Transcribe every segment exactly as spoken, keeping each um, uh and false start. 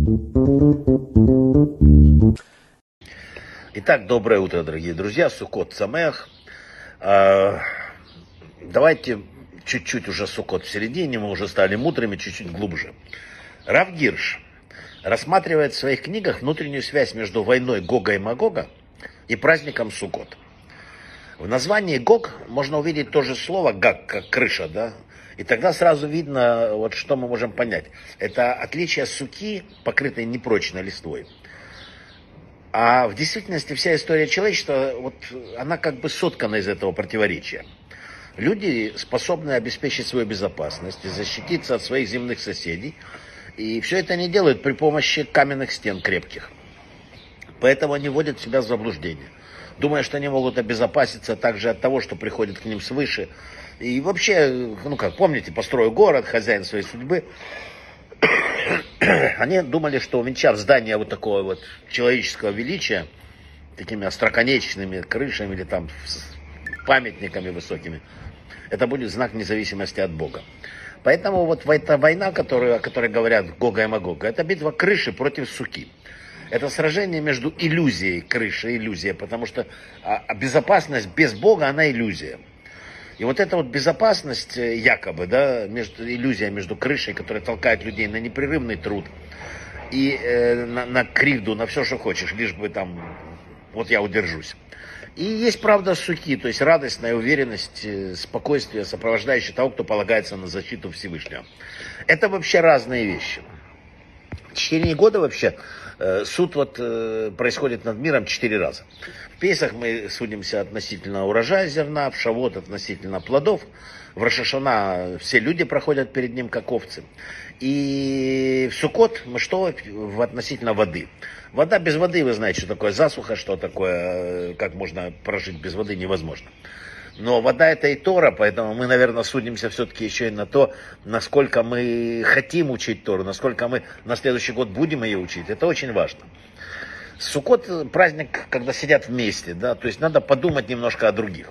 Итак, доброе утро, дорогие друзья. Суккот Самеах. А, давайте чуть-чуть уже Суккот в середине, мы уже стали мудрыми, чуть-чуть глубже. Рав Гирш рассматривает в своих книгах внутреннюю связь между войной Гога и Магога и праздником Суккот. В названии Гог можно увидеть то же слово «гаг», как крыша, да? И тогда сразу видно, вот что мы можем понять. Это отличие суки, покрытой непрочной листвой. А в действительности вся история человечества, вот, она как бы соткана из этого противоречия. Люди способны обеспечить свою безопасность и защититься от своих земных соседей. И все это они делают при помощи каменных стен крепких. Поэтому они вводят себя в заблуждение, думая, что они могут обезопаситься также от того, что приходит к ним свыше. И вообще, ну как, помните, построю город, хозяин своей судьбы. Они думали, что увенчав здание вот такого вот человеческого величия, такими остроконечными крышами или там памятниками высокими, это будет знак независимости от Бога. Поэтому вот эта война, которую, о которой говорят Гога и Магога, это битва крыши против суки. Это сражение между иллюзией крыши, иллюзия, потому что а, безопасность без Бога, она иллюзия. И вот эта вот безопасность, якобы, да, между, иллюзия между крышей, которая толкает людей на непрерывный труд, и э, на, на кривду, на все, что хочешь, лишь бы там, вот я удержусь. И есть правда суки, то есть радостная уверенность, спокойствие, сопровождающее того, кто полагается на защиту Всевышнего. Это вообще разные вещи. В течение года вообще э, суд вот, э, происходит над миром четыре раза. В Песах мы судимся относительно урожая зерна, в Шавот относительно плодов, в Рош ха-Шана все люди проходят перед ним как овцы. И в Суккот мы что в относительно воды. Вода без воды, вы знаете, что такое засуха, что такое, как можно прожить без воды, невозможно. Но вода это и Тора, поэтому мы, наверное, судимся все-таки еще и на то, насколько мы хотим учить Тору, насколько мы на следующий год будем ее учить. Это очень важно. Суккот праздник, когда сидят вместе, да, то есть надо подумать немножко о других.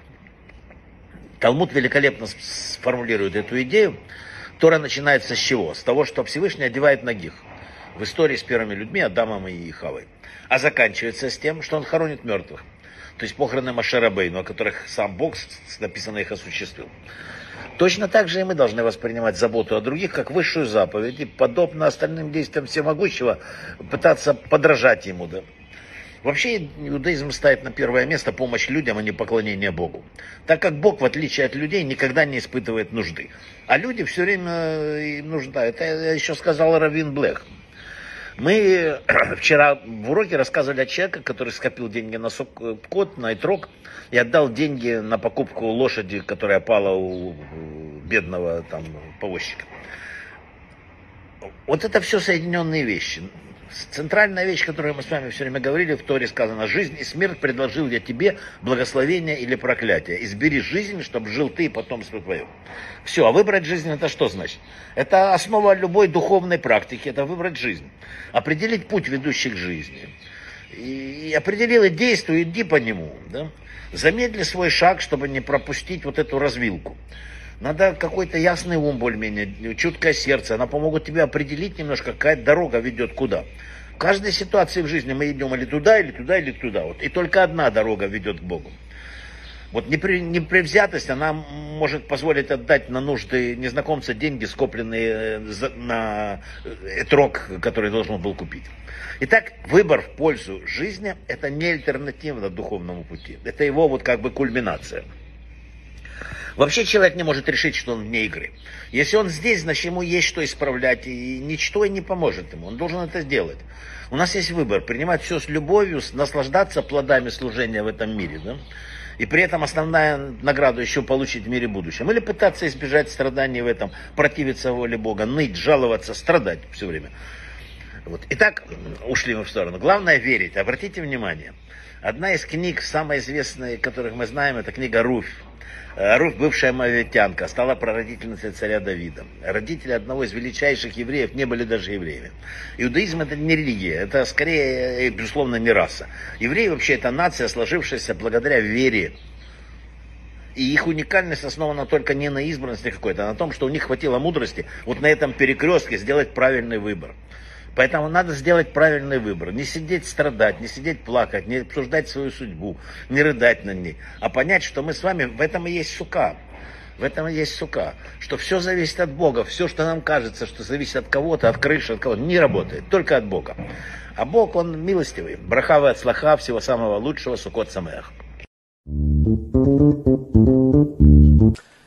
Талмуд великолепно сформулирует эту идею. Тора начинается с чего? С того, что Всевышний одевает нагих. В истории с первыми людьми, Адамом и Хавой. А заканчивается с тем, что он хоронит мертвых. То есть похороны Моше Рабейну, о которых сам Бог, написано, их осуществил. Точно так же и мы должны воспринимать заботу о других как высшую заповедь и, подобно остальным действиям всемогущего, пытаться подражать ему. Да? Вообще иудаизм ставит на первое место помощь людям, а не поклонение Богу. Так как Бог, в отличие от людей, никогда не испытывает нужды. А люди все время им нужда. Это я еще сказал Равин Блех. Мы вчера в уроке рассказывали о человеке, который скопил деньги на Суккот, на Итрок, и отдал деньги на покупку лошади, которая пала у бедного там повозчика. Вот это все соединенные вещи. Центральная вещь, которую мы с вами все время говорили, в Торе сказано: жизнь и смерть предложил я тебе, благословение или проклятие. Избери жизнь, чтобы жил ты и потомство твое. Все, а выбрать жизнь это что значит? Это основа любой духовной практики, это выбрать жизнь. Определить путь, ведущий к жизни. И, и определил и действуй, иди по нему. Да? Замедли свой шаг, чтобы не пропустить вот эту развилку. Надо какой-то ясный ум, более-менее, чуткое сердце. Она помогут тебе определить немножко, какая дорога ведет куда. В каждой ситуации в жизни мы идем или туда, или туда, или туда. Вот. И только одна дорога ведет к Богу. Вот непревзятость, она может позволить отдать на нужды незнакомца деньги, скопленные на этрог, который должен был купить. Итак, выбор в пользу жизни – это не альтернатива духовному пути. Это его вот как бы кульминация. Вообще человек не может решить, что он вне игры. Если он здесь, значит ему есть что исправлять, и ничто и не поможет ему. Он должен это сделать. У нас есть выбор: принимать все с любовью, наслаждаться плодами служения в этом мире, да? И при этом основная награду еще получить в мире будущем. Или пытаться избежать страданий в этом, противиться воле Бога, ныть, жаловаться, страдать все время. Вот. Итак, ушли мы в сторону. Главное верить. Обратите внимание. Одна из книг, самая известная, которых мы знаем, это книга Руфь. Руфь, бывшая моавитянка, стала прародительницей царя Давида. Родители одного из величайших евреев не были даже евреями. Иудаизм это не религия, это скорее, безусловно, не раса. Евреи вообще это нация, сложившаяся благодаря вере. И их уникальность основана только не на избранности какой-то, а на том, что у них хватило мудрости вот на этом перекрестке сделать правильный выбор. Поэтому надо сделать правильный выбор. Не сидеть страдать, не сидеть плакать, не обсуждать свою судьбу, не рыдать над ней. А понять, что мы с вами, в этом и есть сука. В этом и есть сука. Что все зависит от Бога. Все, что нам кажется, что зависит от кого-то, от крыши, от кого-то, не работает. Только от Бога. А Бог, Он милостивый. Брахава от слаха, всего самого лучшего, Суккот Самеах.